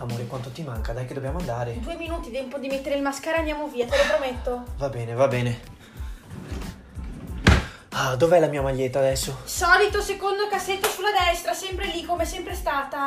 Amore, quanto ti manca? Dai che dobbiamo andare. 2 minuti, tempo di mettere il mascara e andiamo via, te lo prometto. Va bene, va bene. Ah, dov'è la mia maglietta adesso? Solito secondo cassetto sulla destra, sempre lì come sempre stata.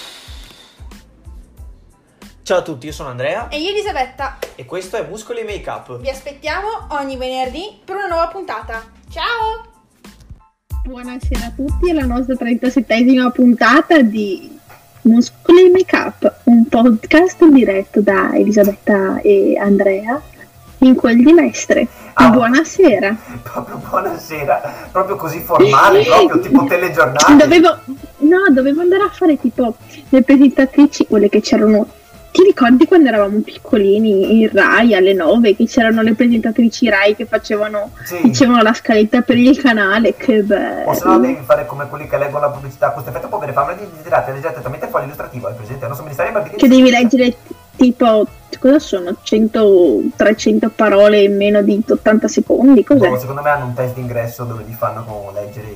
Ciao a tutti, io sono Andrea. E io Elisabetta. E questo è Muscoli Make Up. Vi aspettiamo ogni venerdì per una nuova puntata. Ciao! Buonasera a tutti alla nostra 37esima puntata di Muscoli Make Up, un podcast diretto da Elisabetta e Andrea in quel di Mestre. Buonasera. Proprio buonasera, proprio così formale, proprio tipo telegiornale. Dovevo andare a fare tipo le presentatrici, quelle che c'erano. Ti ricordi quando eravamo piccolini in Rai alle 9 che c'erano le presentatrici Rai che facevano la scaletta per il canale? Che bello. O se no devi fare come quelli che leggono la pubblicità. Questo effetto può avere fama di desiderate, leggete talmente foglio illustrativo, è presente? Non so, ministeri bambini. Che devi leggere tipo, cosa sono? 300 parole in meno di 80 secondi? Cos'è? Secondo me hanno un test d'ingresso dove ti fanno leggere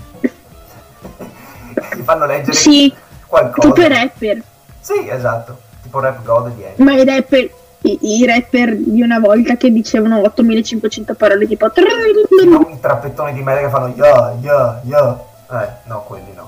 ti fanno leggere qualcosa. Tipo i rapper. Sì, esatto. Tipo Rap God di Ma i rapper di una volta che dicevano 8500 parole tipo non i trappettoni di merda che fanno no, quelli no.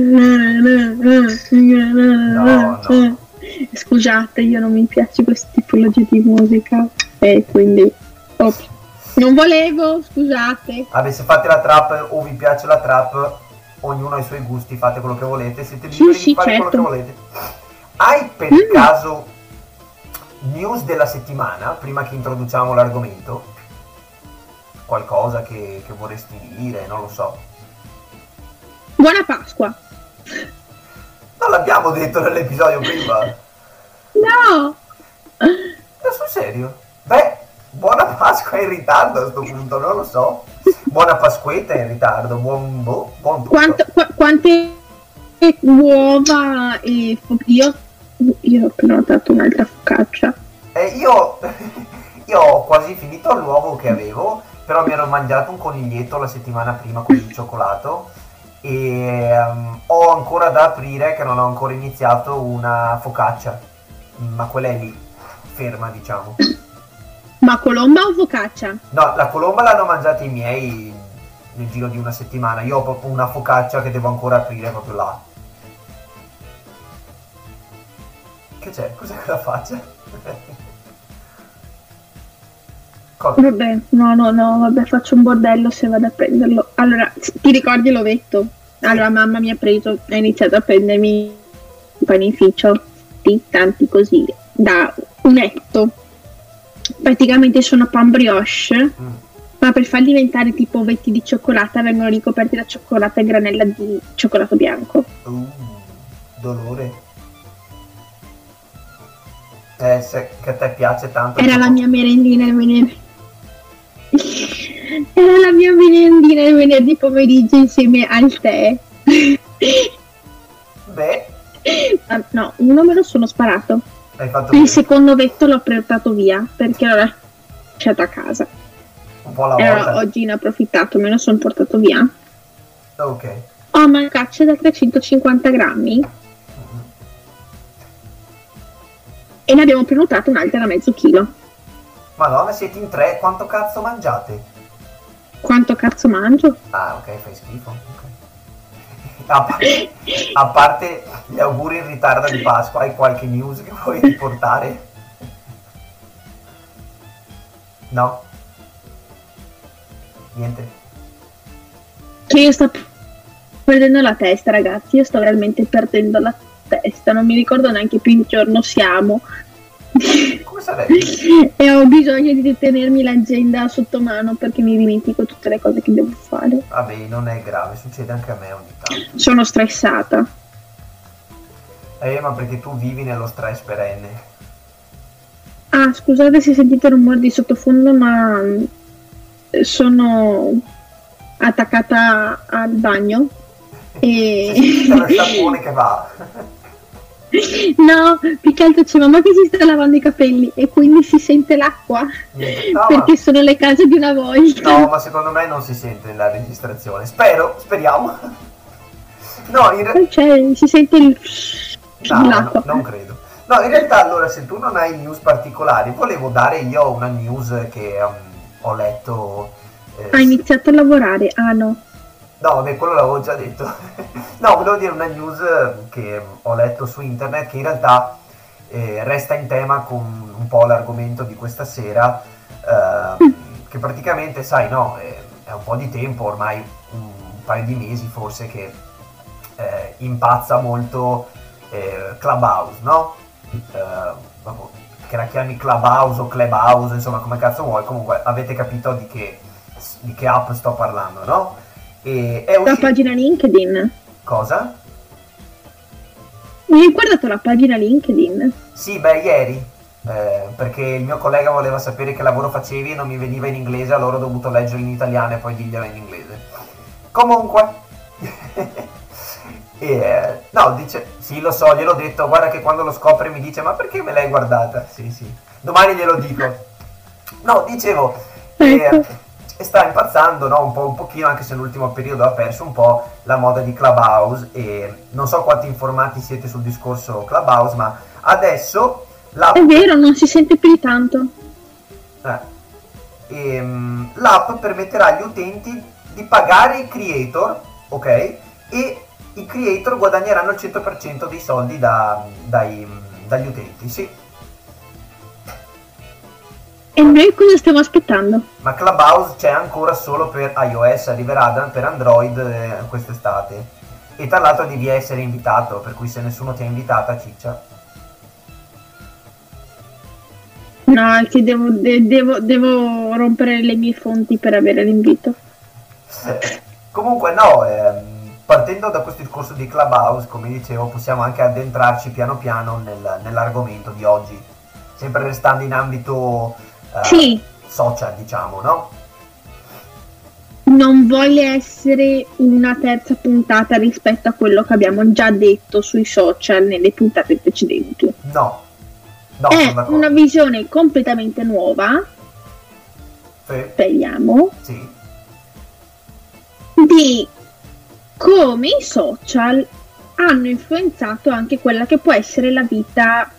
No. Scusate, io non mi piace questa tipologia di musica e quindi non volevo, scusate. Vabbè, se fate la trap o vi piace la trap, ognuno ha i suoi gusti, fate quello che volete, siete liberi di fare quello che volete. Hai per caso news della settimana, prima che introduciamo l'argomento? Qualcosa che vorresti dire, non lo so. Buona Pasqua! Non l'abbiamo detto nell'episodio prima? No! Sul serio? Beh, buona Pasqua in ritardo a sto punto, non lo so. Buona Pasquetta in ritardo, buon tutto. Quante uova e io ho prenotato un'altra focaccia. Io ho quasi finito l'uovo che avevo, però mi ero mangiato un coniglietto la settimana prima con il cioccolato e ho ancora da aprire, che non ho ancora iniziato, una focaccia, ma quella è lì, ferma diciamo. Ma colomba o focaccia? No, la colomba l'hanno mangiata i miei nel giro di una settimana, io ho proprio una focaccia che devo ancora aprire proprio là. Che c'è? Cos'è quella faccia? Cosa? Vabbè, vabbè, faccio un bordello se vado a prenderlo. Allora, ti ricordi l'ovetto? Allora, mamma mi ha iniziato a prendermi un panificio, tanti così, da un etto. Praticamente sono pan brioche, ma per farli diventare tipo ovetti di cioccolata vengono ricoperti da cioccolata e granella di cioccolato bianco. Dolore. Se che a te piace tanto. Era la mia merendina il venerdì. Era la mia merendina il venerdì pomeriggio insieme al tè. Beh. No, uno me lo sono sparato. Hai fatto il bene. Secondo vetto l'ho portato via perché l'ho lasciato a casa. Un po' alla volta. Oggi ne ho approfittato, me lo sono portato via. Ok. Ho una caccia da 350 grammi. E ne abbiamo prenotato un'altra da mezzo chilo. Madonna, siete in 3, quanto cazzo mangiate? Quanto cazzo mangio? Ah, ok, fai schifo. Okay. A parte gli auguri in ritardo di Pasqua, hai qualche news che vuoi riportare? No? Niente? Che io sto perdendo la testa, ragazzi, io sto veramente perdendo la testa, non mi ricordo neanche più in che giorno siamo. Come sarebbe? E ho bisogno di tenermi l'agenda sotto mano perché mi dimentico tutte le cose che devo fare. Vabbè, non è grave, succede anche a me ogni tanto. Sono stressata. Ma perché tu vivi nello stress perenne. Ah, scusate se sentite rumore di sottofondo, ma sono attaccata al bagno e C'è lo sapone che va. No, più che altro c'è mamma che si sta lavando i capelli e quindi si sente l'acqua, perché sono le case di una volta. No, ma secondo me non si sente la registrazione. Speriamo. No, Cioè, si sente il... No, non credo. No, in realtà allora se tu non hai news particolari, volevo dare io una news che ho letto. Hai iniziato a lavorare? Ah no. No, vabbè, quello l'avevo già detto. No, volevo dire una news che ho letto su internet che in realtà resta in tema con un po' l'argomento di questa sera, che praticamente, sai, no, è un po' di tempo, ormai un paio di mesi forse, che impazza molto Clubhouse, no? Che la chiami Clubhouse o Clubhouse, insomma, come cazzo vuoi, comunque avete capito di che app sto parlando, no? E è la pagina LinkedIn. Cosa? Mi hai guardato la pagina LinkedIn? Sì, beh, ieri, perché il mio collega voleva sapere che lavoro facevi e non mi veniva in inglese, allora ho dovuto leggerlo in italiano e poi dirglielo in inglese. Comunque no, dice, sì, lo so, gliel'ho detto, guarda che quando lo scopre mi dice, ma perché me l'hai guardata? Sì, domani glielo dico. No, dicevo, sta impazzando, no, un pochino, anche se nell'ultimo periodo ha perso un po' la moda di Clubhouse, e non so quanti informati siete sul discorso Clubhouse, ma adesso è vero, non si sente più di tanto. L'app permetterà agli utenti di pagare i creator, ok? E i creator guadagneranno il 100% dei soldi dagli utenti, sì. E noi cosa stiamo aspettando? Ma Clubhouse c'è ancora solo per iOS, arriverà per Android quest'estate. E tra l'altro devi essere invitato, per cui se nessuno ti ha invitata, ciccia. No, è che devo rompere le mie fonti per avere l'invito. Comunque no, partendo da questo discorso di Clubhouse, come dicevo, possiamo anche addentrarci piano piano nell'argomento di oggi, sempre restando in ambito sì, social, diciamo, no? Non vuole essere una terza puntata rispetto a quello che abbiamo già detto sui social nelle puntate precedenti. No, è una visione completamente nuova, speriamo, sì, di come i social hanno influenzato anche quella che può essere la vita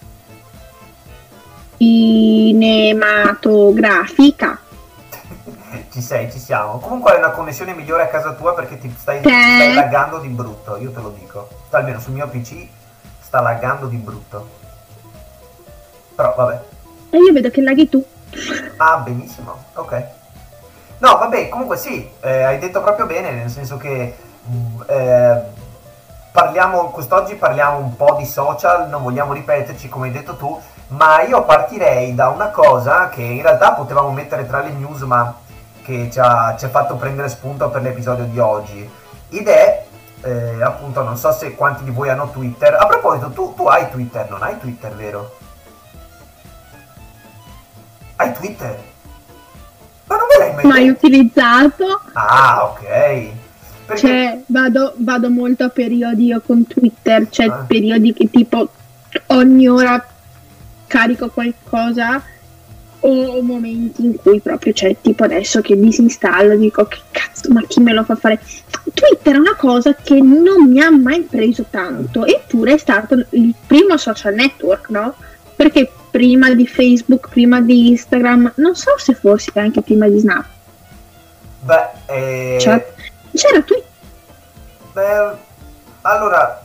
cinematografica. Ci siamo. Comunque hai una connessione migliore a casa tua perché ti stai laggando di brutto, io te lo dico. Almeno sul mio PC sta laggando di brutto. Però vabbè. E io vedo che laghi tu. Ah, benissimo, ok. No, vabbè, comunque sì, hai detto proprio bene, nel senso che quest'oggi parliamo un po' di social, non vogliamo ripeterci come hai detto tu, ma io partirei da una cosa che in realtà potevamo mettere tra le news, ma che ci ha fatto prendere spunto per l'episodio di oggi, ed è appunto, non so se quanti di voi hanno Twitter. A proposito, tu hai Twitter, non hai Twitter, vero? Hai Twitter? Ma non me l'hai mai utilizzato? Ah, ok. Perché... Cioè, vado molto a periodi io con Twitter, cioè periodi che tipo ogni ora carico qualcosa, o momenti in cui proprio, cioè tipo adesso che disinstallo dico che cazzo, ma chi me lo fa fare? Twitter è una cosa che non mi ha mai preso tanto, eppure è stato il primo social network, no? Perché prima di Facebook, prima di Instagram, non so se fosse anche prima di Snap. Cioè, c'era Twitter. Allora,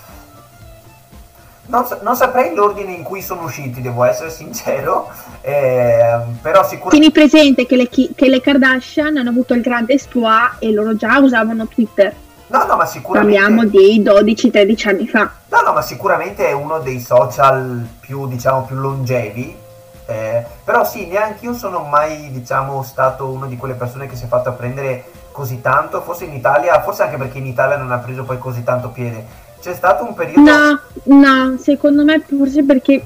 non saprei l'ordine in cui sono usciti, devo essere sincero, però sicuramente... Tieni presente che le Kardashian hanno avuto il grande exploit e loro già usavano Twitter. No, ma sicuramente... Parliamo di 12-13 anni fa. No, ma sicuramente è uno dei social più, diciamo, più longevi, però sì, neanche io sono mai, diciamo, stato una di quelle persone che si è fatto prendere così tanto, forse in Italia, forse anche perché in Italia non ha preso poi così tanto piede. C'è stato un periodo... No, secondo me forse perché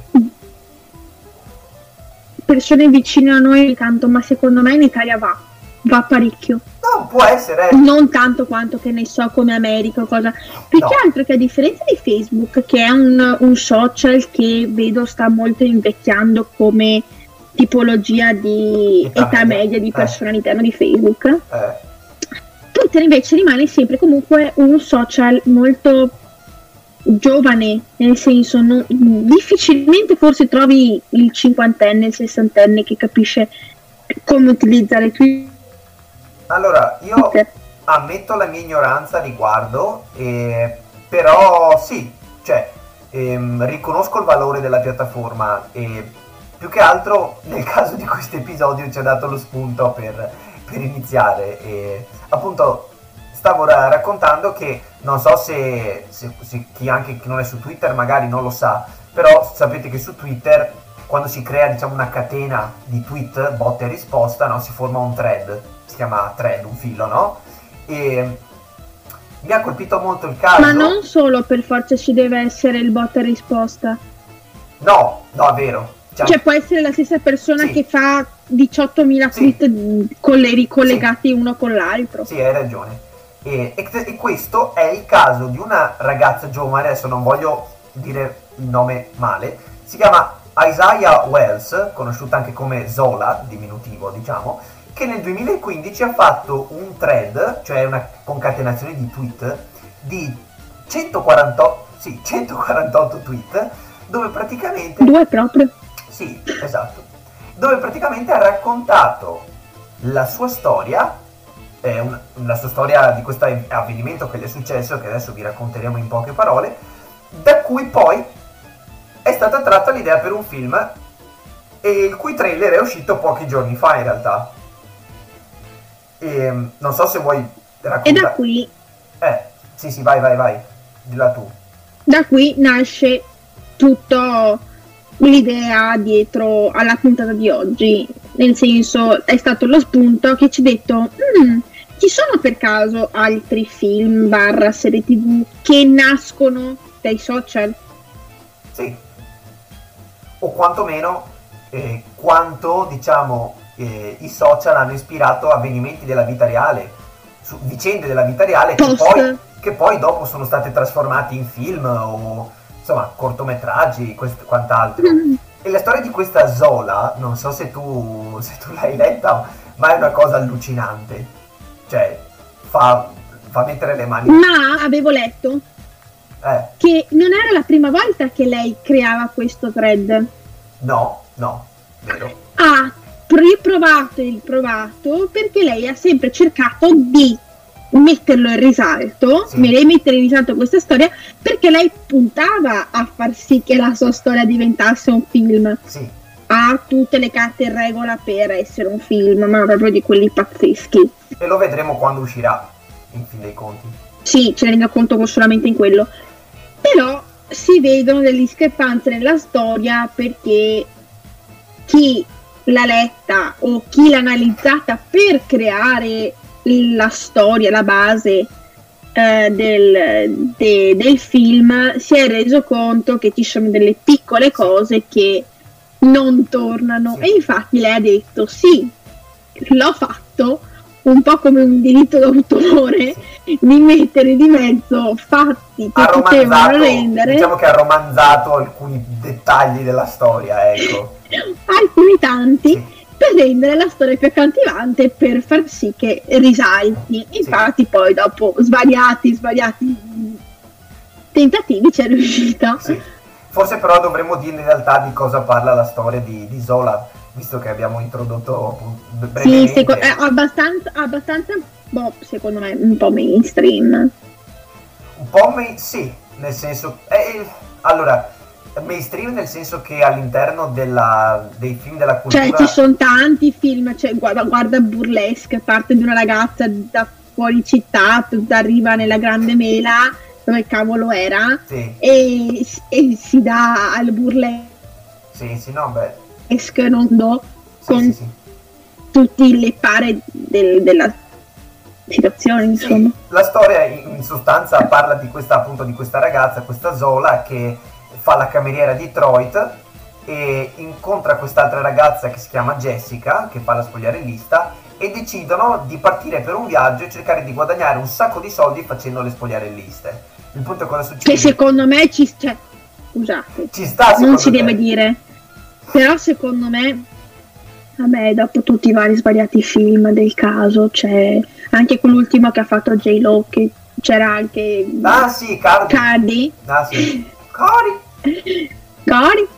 persone vicine a noi tanto, ma secondo me in Italia va parecchio. No, può essere. Non tanto quanto, che ne so, come America o cosa. Più che altro che a differenza di Facebook, che è un social che vedo sta molto invecchiando come tipologia di età media di persone all'interno di Facebook, Twitter invece rimane sempre comunque un social molto giovane, nel senso difficilmente forse trovi il cinquantenne, il sessantenne che capisce come utilizzare Twitter. Allora, io ammetto la mia ignoranza a riguardo, però sì, cioè riconosco il valore della piattaforma e più che altro nel caso di questo episodio ci ha dato lo spunto per iniziare. E appunto stavo raccontando che non so se chi non è su Twitter magari non lo sa, però sapete che su Twitter quando si crea diciamo una catena di tweet, botta e risposta, no? Si forma un thread, si chiama thread, un filo, no? E mi ha colpito molto il caso. Ma non solo per forza ci deve essere il botta e risposta. No, è vero. Cioè può essere la stessa persona che fa 18.000 tweet collegati uno con l'altro. Sì, hai ragione. E questo è il caso di una ragazza giovane, adesso non voglio dire il nome male, si chiama Isaiah Wells, conosciuta anche come Zola, diminutivo diciamo, che nel 2015 ha fatto un thread, cioè una concatenazione di tweet, di 148 tweet, dove praticamente... Due proprio? Sì, esatto. Dove praticamente ha raccontato la sua storia, la sua storia di questo avvenimento che le è successo, che adesso vi racconteremo in poche parole, da cui poi è stata tratta l'idea per un film, e il cui trailer è uscito pochi giorni fa in realtà. E non so se vuoi raccontare. E da qui... Sì, vai, dilla tu. Da qui nasce tutto l'idea dietro alla puntata di oggi, nel senso è stato lo spunto che ci ha detto ci sono per caso altri film / serie tv che nascono dai social? Sì, o quantomeno quanto diciamo i social hanno ispirato avvenimenti della vita reale, vicende della vita reale che poi dopo sono state trasformate in film o insomma cortometraggi, quant'altro. E la storia di questa Zola, non so se tu l'hai letta, ma è una cosa allucinante, cioè fa mettere le mani. Ma avevo letto che non era la prima volta che lei creava questo thread. No, vero. Ha riprovato e riprovato perché lei ha sempre cercato di metterlo in risalto, mettere in risalto questa storia, perché lei puntava a far sì che la sua storia diventasse un film. Sì. Ha tutte le carte in regola per essere un film, ma proprio di quelli pazzeschi. E lo vedremo quando uscirà, in fin dei conti. Sì, ce ne rendo conto solamente in quello. Però si vedono delle discrepanze nella storia perché chi l'ha letta o chi l'ha analizzata per creare la storia, la base del film, si è reso conto che ci sono delle piccole cose che non tornano. E infatti lei ha detto sì, l'ho fatto un po' come un diritto d'autore di mettere di mezzo fatti che potevano rendere, diciamo che ha romanzato alcuni dettagli della storia, ecco. Alcuni tanti per rendere la storia più accattivante, per far sì che risalti. Infatti poi dopo svariati tentativi ci è riuscita. Forse però dovremmo dire in realtà di cosa parla la storia di Zola, visto che abbiamo introdotto brevemente. Sì, è abbastanza secondo me un po' mainstream. Un po' sì, nel senso allora mainstream nel senso che all'interno dei film della cultura, cioè ci sono tanti film, cioè guarda Burlesque, parte di una ragazza da fuori città, arriva nella grande mela dove cavolo era, e si dà al burlesque con tutti le pare della situazione, insomma. La storia in sostanza parla di questa ragazza, questa Zola, che fa la cameriera a Detroit e incontra quest'altra ragazza che si chiama Jessica, che fa la spogliarellista, e decidono di partire per un viaggio e cercare di guadagnare un sacco di soldi facendo le spogliarelliste. Il punto è cosa succede? Che secondo me scusate, ci sta, non si deve dire, però secondo me, vabbè, dopo tutti i vari sbagliati film del caso, c'è anche quell'ultimo che ha fatto J-Lo, che c'era anche Ah sì, Cardi. Ah sì. Cori.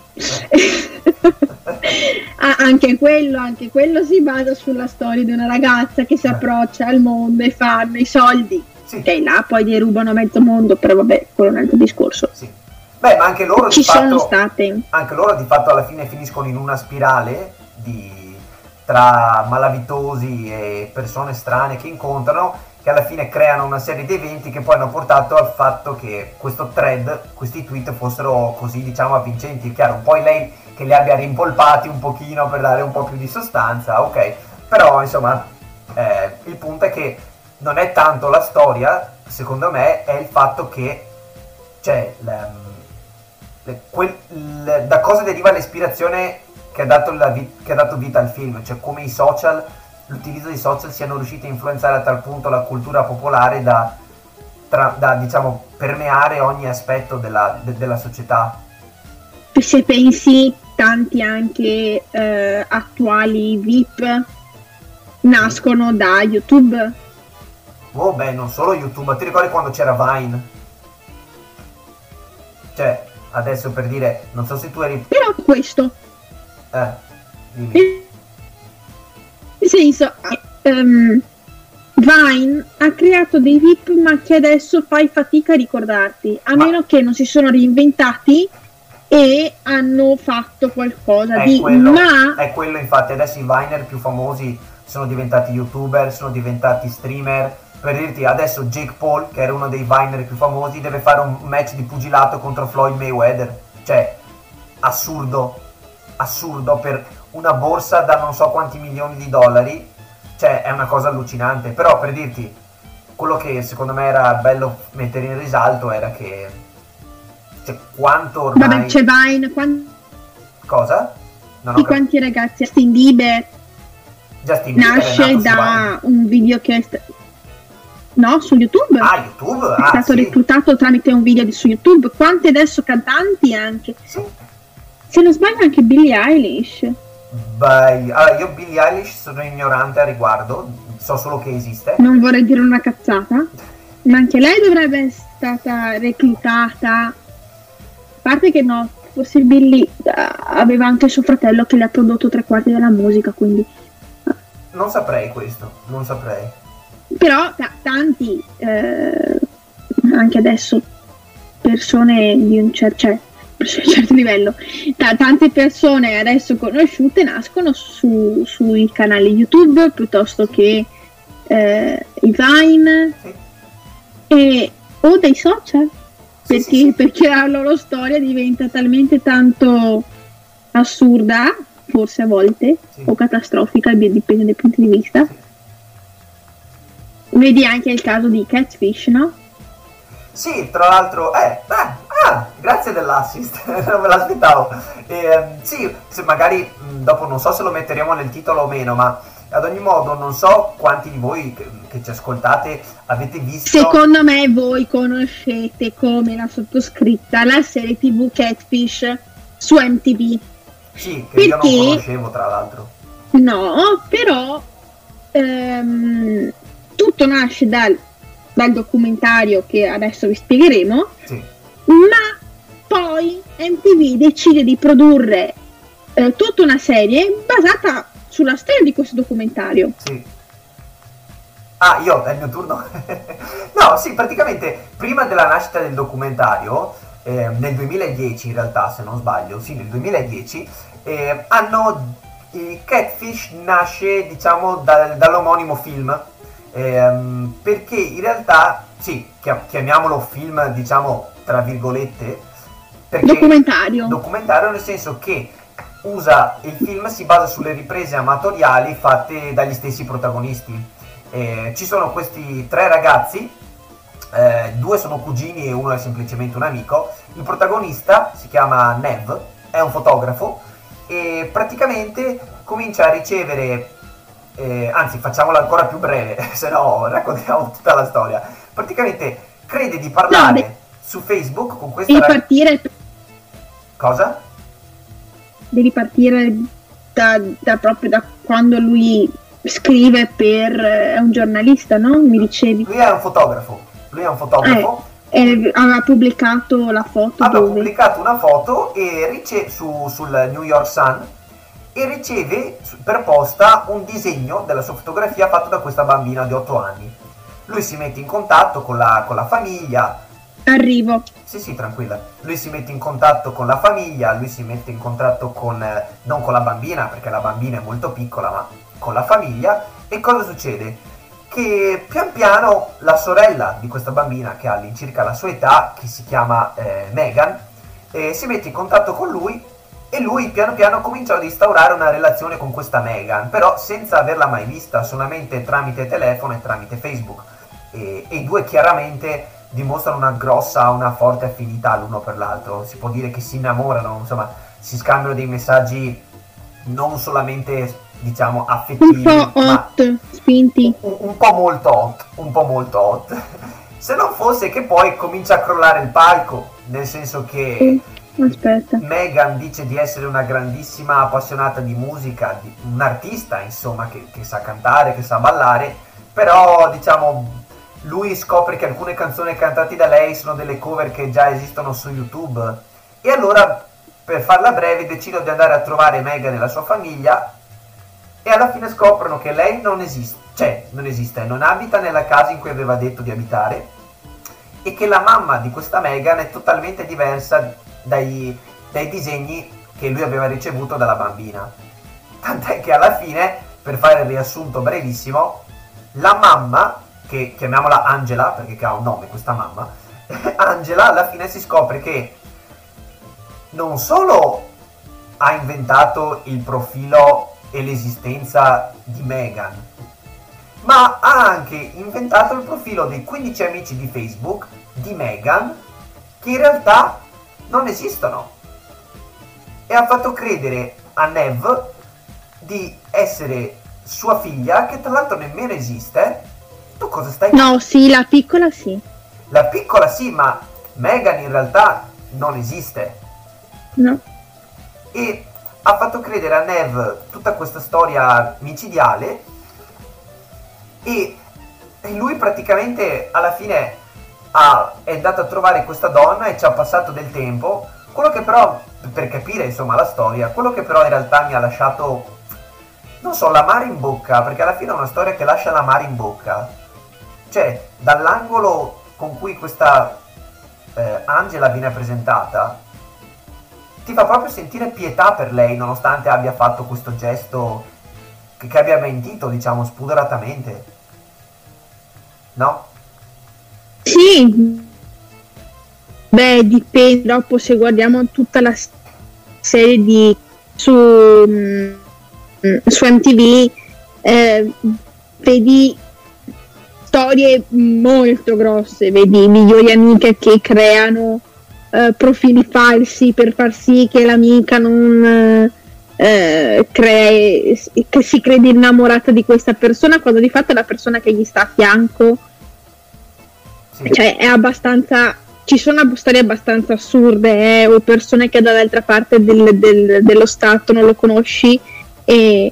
Anche quello si basa sulla storia di una ragazza che si approccia al mondo e fanno i soldi. Sì. Che là poi derubano mezzo mondo, però vabbè, quello è un altro discorso. Sì. Beh, ma anche loro sono state. Anche loro di fatto alla fine finiscono in una spirale tra malavitosi e persone strane che incontrano, che alla fine creano una serie di eventi che poi hanno portato al fatto che questo thread, questi tweet fossero così, diciamo, avvincenti. Chiaro, poi lei che li abbia rimpolpati un pochino per dare un po' più di sostanza, ok, però insomma il punto è che non è tanto la storia, secondo me, è il fatto che cioè da cosa deriva l'ispirazione che ha dato vita al film, cioè come l'utilizzo dei social siano riusciti a influenzare a tal punto la cultura popolare da diciamo permeare ogni aspetto della società. Se pensi, tanti anche attuali VIP nascono da YouTube. Oh beh, non solo YouTube, ti ricordi quando c'era Vine? Cioè, adesso per dire, non so se tu eri... Però questo... dimmi. Nel senso, Vine ha creato dei VIP ma che adesso fai fatica a ricordarti, meno che non si sono reinventati e hanno fatto qualcosa di... È quello, infatti, adesso i Viner più famosi sono diventati YouTuber, sono diventati streamer. Per dirti, adesso Jake Paul, che era uno dei Viner più famosi, deve fare un match di pugilato contro Floyd Mayweather. Cioè, assurdo per una borsa da non so quanti milioni di dollari. Cioè, è una cosa allucinante. Però, per dirti, quello che secondo me era bello mettere in risalto era che... cioè, quanto ormai... Vabbè, c'è Vine, Cosa? Quanti ragazzi, Justin Bieber nasce da un video che è no, su YouTube. YouTube? È stato reclutato tramite un video su YouTube. Quanti adesso cantanti anche. Sì. Se non sbaglio anche Billie Eilish. Allora, io Billie Eilish sono ignorante a riguardo, so solo che esiste. Non vorrei dire una cazzata, ma anche lei dovrebbe essere stata reclutata. A parte che no, forse Billie aveva anche suo fratello che le ha prodotto 3/4 della musica, quindi... Non saprei questo, non saprei. Però tanti, anche adesso, persone di un certo livello, tante persone adesso conosciute nascono sui canali YouTube piuttosto che i Vine, sì. O dei social, perché la loro storia diventa talmente tanto assurda, forse a volte, sì, o catastrofica, dipende dai punti di vista. Sì. Vedi anche il caso di Catfish, no? Sì, tra l'altro, grazie dell'assist, non me l'aspettavo. Sì, se magari dopo non so se lo metteremo nel titolo o meno, ma ad ogni modo non so quanti di voi che ci ascoltate avete visto... Secondo me voi conoscete come la sottoscritta la serie TV Catfish su MTV. Sì, che io non conoscevo tra l'altro. No, però tutto nasce dal documentario che adesso vi spiegheremo, sì, ma poi MTV decide di produrre tutta una serie basata sulla storia di questo documentario. Sì. Ah, è il mio turno? No, sì, praticamente prima della nascita del documentario, nel 2010 in realtà, se non sbaglio, sì, nel 2010, Catfish nasce, diciamo, dall'omonimo film, perché in realtà, sì, chiamiamolo film, diciamo, tra virgolette, perché documentario nel senso che il film si basa sulle riprese amatoriali fatte dagli stessi protagonisti. Ci sono questi 3 ragazzi, 2 sono cugini e uno è semplicemente un amico. Il protagonista si chiama Nev, è un fotografo e praticamente comincia a ricevere, anzi facciamola ancora più breve, se no raccontiamo tutta la storia. Praticamente crede di parlare su Facebook con questa Cosa? Devi partire proprio da quando lui scrive è un giornalista, no? Mi dicevi. Lui è un fotografo lui è un fotografo. Aveva pubblicato la foto. Aveva pubblicato una foto e sul New York Sun e riceve per posta un disegno della sua fotografia fatto da questa bambina di 8 anni. Lui si mette in contatto con la famiglia. Arrivo. Sì, tranquilla. Lui si mette in contatto con la famiglia, lui si mette in contatto non con la bambina, perché la bambina è molto piccola, ma con la famiglia. E cosa succede? Che pian piano la sorella di questa bambina, che ha all'incirca la sua età, che si chiama Megan, si mette in contatto con lui e lui piano piano comincia ad instaurare una relazione con questa Megan, però senza averla mai vista, solamente tramite telefono e tramite Facebook. E i due chiaramente dimostrano una forte affinità l'uno per l'altro. Si può dire che si innamorano, insomma, si scambiano dei messaggi non solamente, diciamo, affettivi, un po' hot, spinti, un po' molto hot. Se non fosse che poi comincia a crollare il palco, nel senso che Megan dice di essere una grandissima appassionata di musica, un artista, insomma, che sa cantare, che sa ballare, però, diciamo, lui scopre che alcune canzoni cantate da lei sono delle cover che già esistono su YouTube, e allora, per farla breve, decidono di andare a trovare Megan e la sua famiglia, e alla fine scoprono che lei non esiste, non abita nella casa in cui aveva detto di abitare, e che la mamma di questa Megan è totalmente diversa dai disegni che lui aveva ricevuto dalla bambina. Tant'è che alla fine, per fare il riassunto brevissimo, la mamma, che chiamiamola Angela, perché ha un nome questa mamma, Angela alla fine si scopre che non solo ha inventato il profilo e l'esistenza di Megan, ma ha anche inventato il profilo dei 15 amici di Facebook di Megan, che in realtà non esistono, e ha fatto credere a Nev di essere sua figlia, che tra l'altro nemmeno esiste. Tu cosa stai... No, sì, la piccola sì. La piccola sì, ma Megan in realtà non esiste. No. E ha fatto credere a Nev tutta questa storia micidiale, e lui praticamente alla fine è andato a trovare questa donna e ci ha passato del tempo. Quello che però, per capire insomma la storia, quello che però in realtà mi ha lasciato, non so, l'amaro in bocca, perché alla fine è una storia che lascia l'amaro in bocca. Cioè, dall'angolo con cui questa Angela viene presentata, ti fa proprio sentire pietà per lei, nonostante abbia fatto questo gesto che abbia mentito, diciamo, spudoratamente. No? Sì. Beh, dipende. Dopo, se guardiamo tutta la serie su MTV, vedi storie molto grosse, vedi migliori amiche che creano profili falsi per far sì che l'amica non che si credi innamorata di questa persona, quando di fatto è la persona che gli sta a fianco. Sì. Cioè è abbastanza, ci sono storie abbastanza assurde, o persone che dall'altra parte dello stato non lo conosci e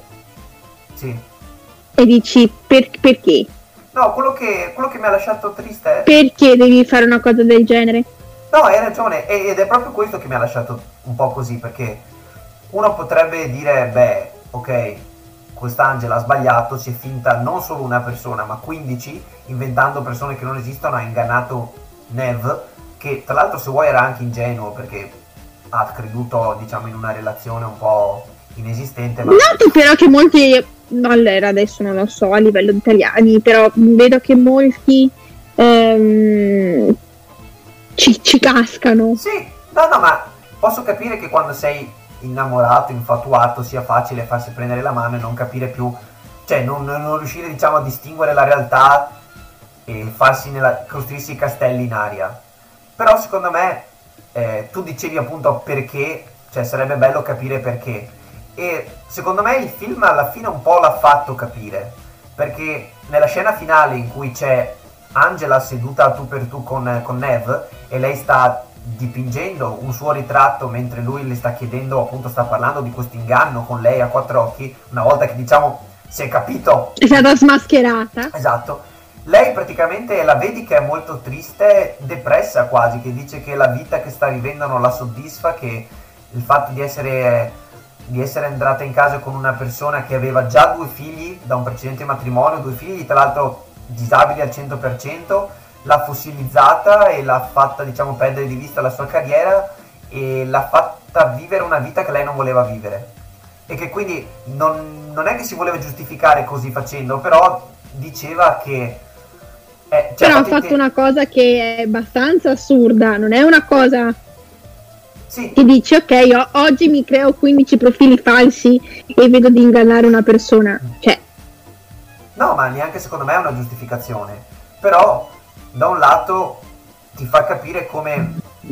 dici perché? No, quello che mi ha lasciato triste è... Perché devi fare una cosa del genere? No, hai ragione, ed è proprio questo che mi ha lasciato un po' così, perché uno potrebbe dire, beh, ok, quest'Angela ha sbagliato, si è finta non solo una persona, ma 15, inventando persone che non esistono, ha ingannato Nev, che tra l'altro se vuoi era anche ingenuo, perché ha creduto, diciamo, in una relazione un po' inesistente. Ma... Noto però che molti, allora adesso non lo so a livello di italiani, però vedo che molti ci cascano. Sì, no, ma posso capire che quando sei innamorato, infatuato, sia facile farsi prendere la mano e non capire più, cioè non riuscire, diciamo, a distinguere la realtà e costruirsi i castelli in aria. Però secondo me tu dicevi appunto perché, cioè sarebbe bello capire perché, e secondo me il film alla fine un po' l'ha fatto capire, perché nella scena finale in cui c'è Angela seduta a tu per tu con Nev e lei sta dipingendo un suo ritratto mentre lui le sta chiedendo, appunto sta parlando di questo inganno con lei a quattro occhi, una volta che, diciamo, si è capito, è stata smascherata. Esatto. lei praticamente la vedi che è molto triste, depressa quasi, che dice che la vita che sta vivendo non la soddisfa, che il fatto di essere entrata in casa con una persona che aveva già 2 figli da un precedente matrimonio, 2 figli tra l'altro disabili al 100%, l'ha fossilizzata e l'ha fatta, diciamo, perdere di vista la sua carriera e l'ha fatta vivere una vita che lei non voleva vivere, e che quindi non è che si voleva giustificare così facendo, però diceva che però ha fatto una cosa che è abbastanza assurda, non è una cosa sì. Che dici ok, oggi mi creo 15 profili falsi e vedo di ingannare una persona, cioè no, ma neanche secondo me è una giustificazione, però da un lato ti fa capire come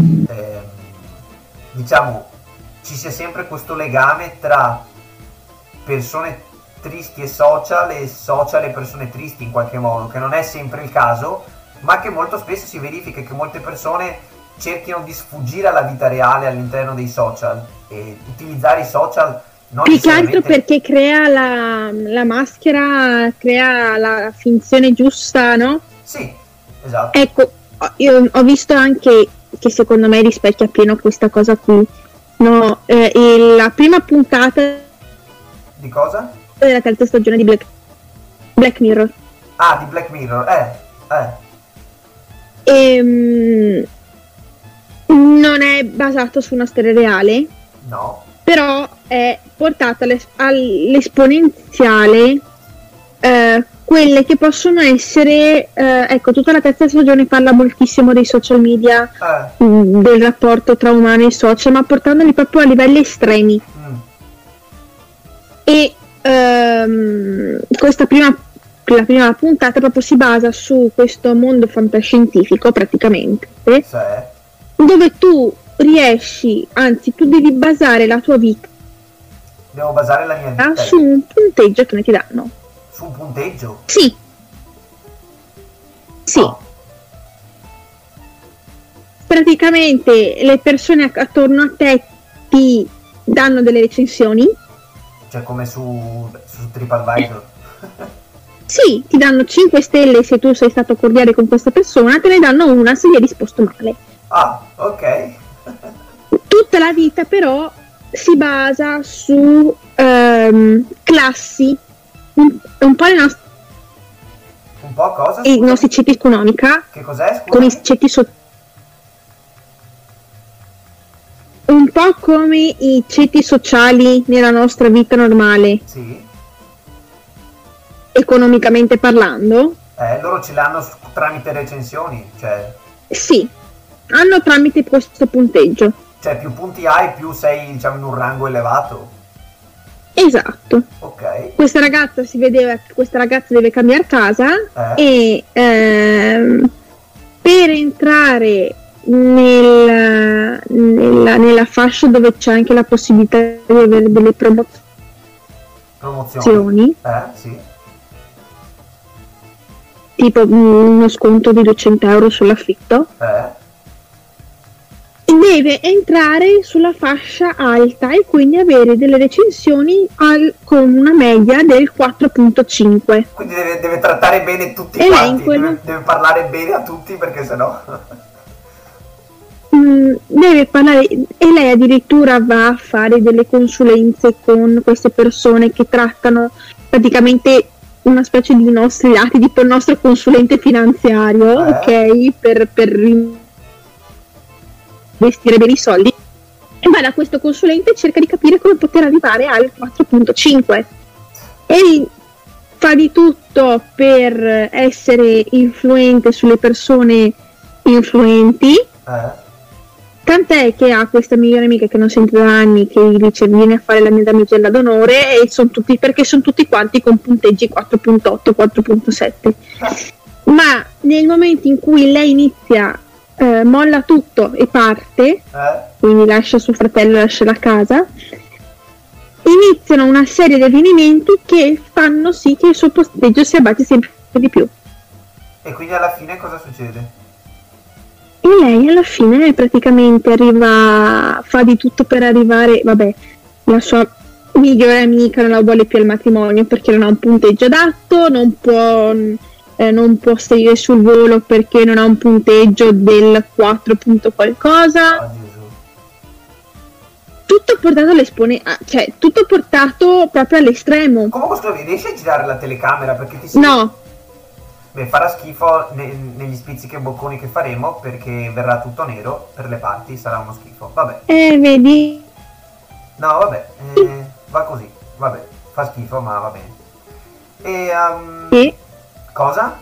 diciamo ci sia sempre questo legame tra persone tristi e social e persone tristi in qualche modo, che non è sempre il caso, ma che molto spesso si verifica che molte persone cerchino di sfuggire alla vita reale all'interno dei social e utilizzare i social non più che altro perché crea la maschera, crea la finzione giusta, no? Sì, esatto. Ecco, io ho visto anche che secondo me rispecchia appieno questa cosa qui, no? La prima puntata di cosa? Della 3ª stagione di Black Mirror. Ah, di Black Mirror, non è basato su una storia reale, no, però è portata all'esponenziale quelle che possono essere ecco, tutta la 3ª stagione parla moltissimo dei social media, del rapporto tra umani e social, ma portandoli proprio a livelli estremi. E la prima puntata proprio si basa su questo mondo fantascientifico praticamente, dove tu riesci, anzi tu devi basare la tua vita, devo basare la mia vita su un punteggio che ne ti danno. Su un punteggio? Sì. Oh. Praticamente le persone attorno a te ti danno delle recensioni, cioè come su TripAdvisor. Sì, ti danno 5 stelle se tu sei stato cordiale con questa persona, te ne danno 1 se gli hai risposto male. Ah, ok. Tutta la vita però si basa su classi, un po' le nostre, un po' cosa? I nostri ceti economica. Che cos'è? Con i ceti un po' come i ceti sociali nella nostra vita normale. Sì. Economicamente parlando. Loro ce l'hanno tramite recensioni, cioè. Sì, hanno tramite questo punteggio. Cioè più punti hai, più sei, diciamo, in un rango elevato. Esatto. Ok. Questa ragazza deve cambiare casa e per entrare nella fascia dove c'è anche la possibilità di avere delle promozioni. Sì. Tipo uno sconto di 200 euro sull'affitto. Deve entrare sulla fascia alta e quindi avere delle recensioni con una media del 4.5. Quindi deve trattare bene tutti quanti, deve parlare bene a tutti, perché sennò deve parlare, e lei addirittura va a fare delle consulenze con queste persone che trattano praticamente una specie di nostri dati, tipo il nostro consulente finanziario, ok, per investire bene i soldi, e va da questo consulente e cerca di capire come poter arrivare al 4.5 e fa di tutto per essere influente sulle persone influenti, tant'è che ha questa migliore amica che non sente da anni, che gli dice vieni a fare la mia damigella d'onore, e sono tutti quanti con punteggi 4.8, 4.7, ma nel momento in cui lei inizia molla tutto e parte, quindi lascia suo fratello, lascia la casa, iniziano una serie di avvenimenti che fanno sì che il suo punteggio si abbatti sempre di più. E quindi alla fine cosa succede? E lei alla fine praticamente fa di tutto per arrivare, la sua migliore amica non la vuole più al matrimonio perché non ha un punteggio adatto, non può non può salire sul volo perché non ha un punteggio del 4 punto qualcosa. Oh, Gesù. Tutto portato cioè tutto portato proprio all'estremo. Comunque scusa, riesci a girare la telecamera perché ti No. Beh, farà schifo negli spizzichi e bocconi che faremo perché verrà tutto nero per le parti, sarà uno schifo. Vabbè. Vedi? No, vabbè, va così. Vabbè, fa schifo, ma va bene. Sì. Cosa?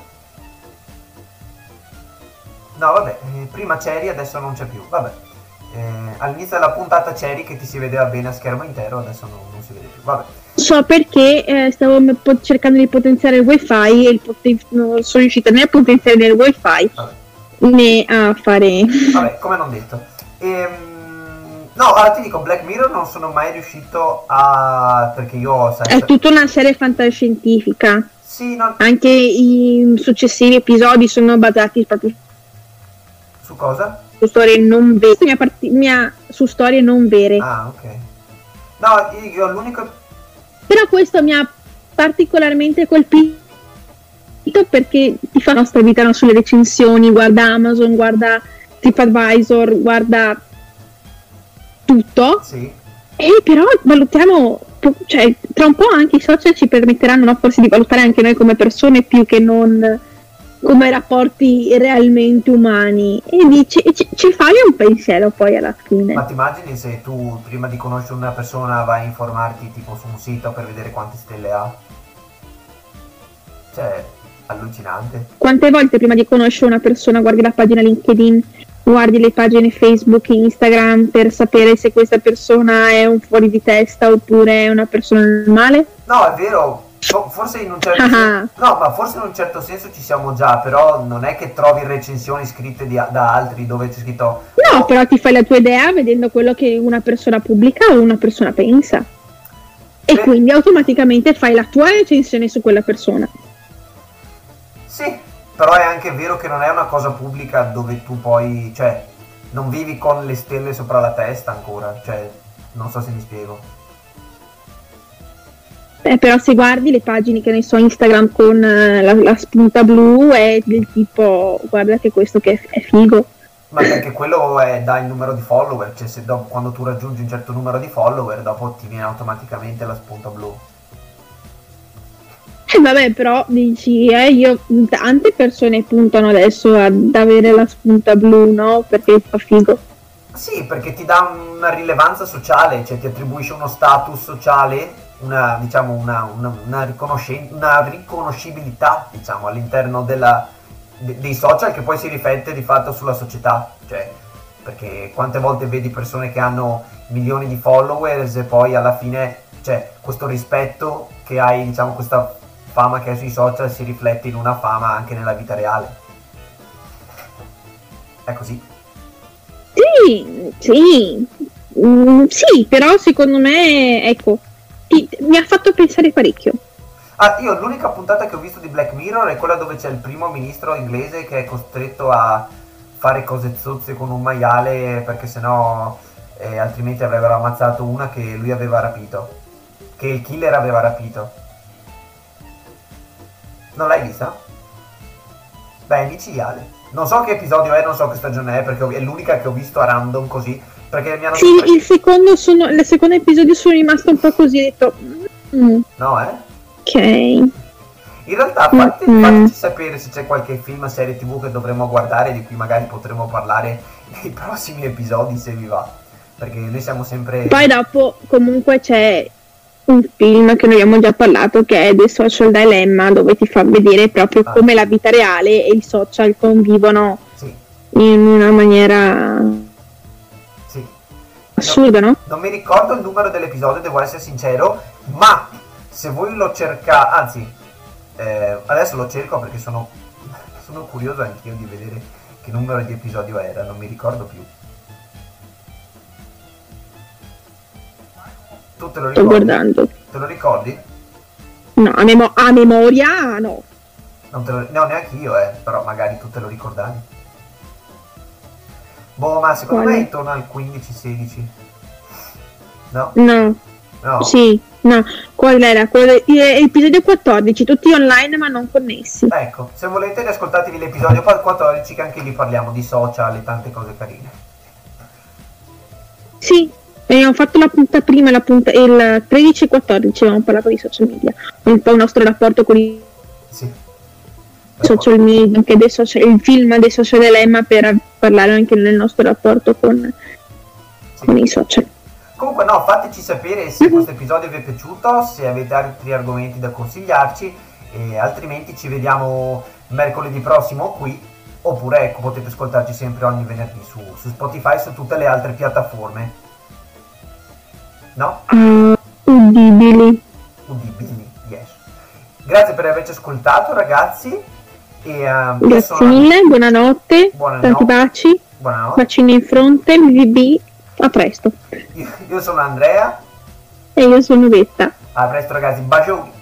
No, vabbè, prima c'eri, adesso non c'è più. Vabbè. All'inizio della puntata c'eri che ti si vedeva bene a schermo intero, adesso non si vede più. Vabbè. So perché stavo cercando di potenziare il wifi e non sono riuscita né a potenziare né il wifi né a fare... Vabbè, come non detto. No, ora ti dico, Black Mirror non sono mai riuscito a... perché io... È tutta una serie fantascientifica. Sì, no... Anche i successivi episodi sono basati proprio su cosa? Su storie non vere. Su storie non vere. Ah, ok. No, io l'unico... Però questo mi ha particolarmente colpito perché ti fa la nostra vita, no? Sulle recensioni, guarda Amazon, guarda TripAdvisor, guarda tutto. Sì. E però valutiamo, cioè tra un po' anche i social ci permetteranno, no, forse di valutare anche noi come persone più che non come rapporti realmente umani, e ci fai un pensiero poi alla fine. Ma ti immagini se tu prima di conoscere una persona vai a informarti tipo su un sito per vedere quante stelle ha? Cioè, allucinante. Quante volte prima di conoscere una persona guardi la pagina LinkedIn, guardi le pagine Facebook, Instagram per sapere se questa persona è un fuori di testa oppure è una persona normale? No, è vero. Forse in un certo senso, no, ma forse in un certo senso ci siamo già, però non è che trovi recensioni scritte da altri dove c'è scritto... No, però ti fai la tua idea vedendo quello che una persona pubblica o una persona pensa. E quindi automaticamente fai la tua recensione su quella persona. Sì, però è anche vero che non è una cosa pubblica dove tu poi, cioè, non vivi con le stelle sopra la testa ancora, cioè, non so se mi spiego. Però se guardi le pagine che ne so Instagram con la spunta blu è del tipo guarda che questo che è figo. Ma perché quello è dal numero di follower, cioè se quando tu raggiungi un certo numero di follower dopo ti viene automaticamente la spunta blu. Vabbè, però dici tante persone puntano adesso ad avere la spunta blu, no? Perché fa figo. Sì, perché ti dà una rilevanza sociale, cioè ti attribuisce uno status sociale, una riconoscibilità, diciamo, all'interno dei social che poi si riflette di fatto sulla società, cioè perché quante volte vedi persone che hanno milioni di followers e poi alla fine, cioè, questo rispetto che hai, diciamo, questa fama che hai sui social si riflette in una fama anche nella vita reale. È così. Sì, però secondo me, ecco, mi ha fatto pensare parecchio. Ah, io l'unica puntata che ho visto di Black Mirror è quella dove c'è il primo ministro inglese che è costretto a fare cose zozze con un maiale perché sennò altrimenti avrebbero ammazzato una che lui aveva rapito, che il killer aveva rapito. Non l'hai vista? Beh, è micidiale. Non so che episodio è, non so che stagione è, perché è l'unica che ho visto a random così, perché mi hanno... Sì, il secondo episodio sono rimasto un po' così, ho detto... No, Ok. In realtà fateci sapere se c'è qualche film, serie tv che dovremmo guardare, di cui magari potremo parlare nei prossimi episodi, se vi va. Perché noi siamo sempre... Poi dopo, comunque, c'è un film che noi abbiamo già parlato, che è The Social Dilemma, dove ti fa vedere proprio come la vita reale e i social convivono in una maniera assurda, no? Non mi ricordo il numero dell'episodio, devo essere sincero, ma se voi lo cercate, anzi, adesso lo cerco perché sono curioso anch'io di vedere che numero di episodio era, non mi ricordo più. Tu te lo ricordi? Sto guardando. Te lo ricordi? No, a memoria no. No, neanche io, però magari tu te lo ricordavi. Boh, ma secondo me è intorno al 15-16. No? No. No. Sì, no, quello era episodio 14, tutti online ma non connessi. Ecco, se volete riascoltatevi l'episodio 14 che anche lì parliamo di social e tante cose carine. Sì, abbiamo fatto la punta prima, il 13 e 14 abbiamo parlato di social media, un po' il nostro rapporto con i social media, anche il film dei social dilemma, per parlare anche del nostro rapporto con i social. Comunque no, fateci sapere se questo episodio vi è piaciuto, se avete altri argomenti da consigliarci, e altrimenti ci vediamo mercoledì prossimo qui, oppure ecco, potete ascoltarci sempre ogni venerdì su Spotify e su tutte le altre piattaforme. No? Udibili, yes. Grazie per averci ascoltato, ragazzi. Grazie mille, buonanotte, tanti baci, bacini in fronte, BB, a presto. Io sono Andrea. E io sono Vetta. A presto ragazzi, bacio.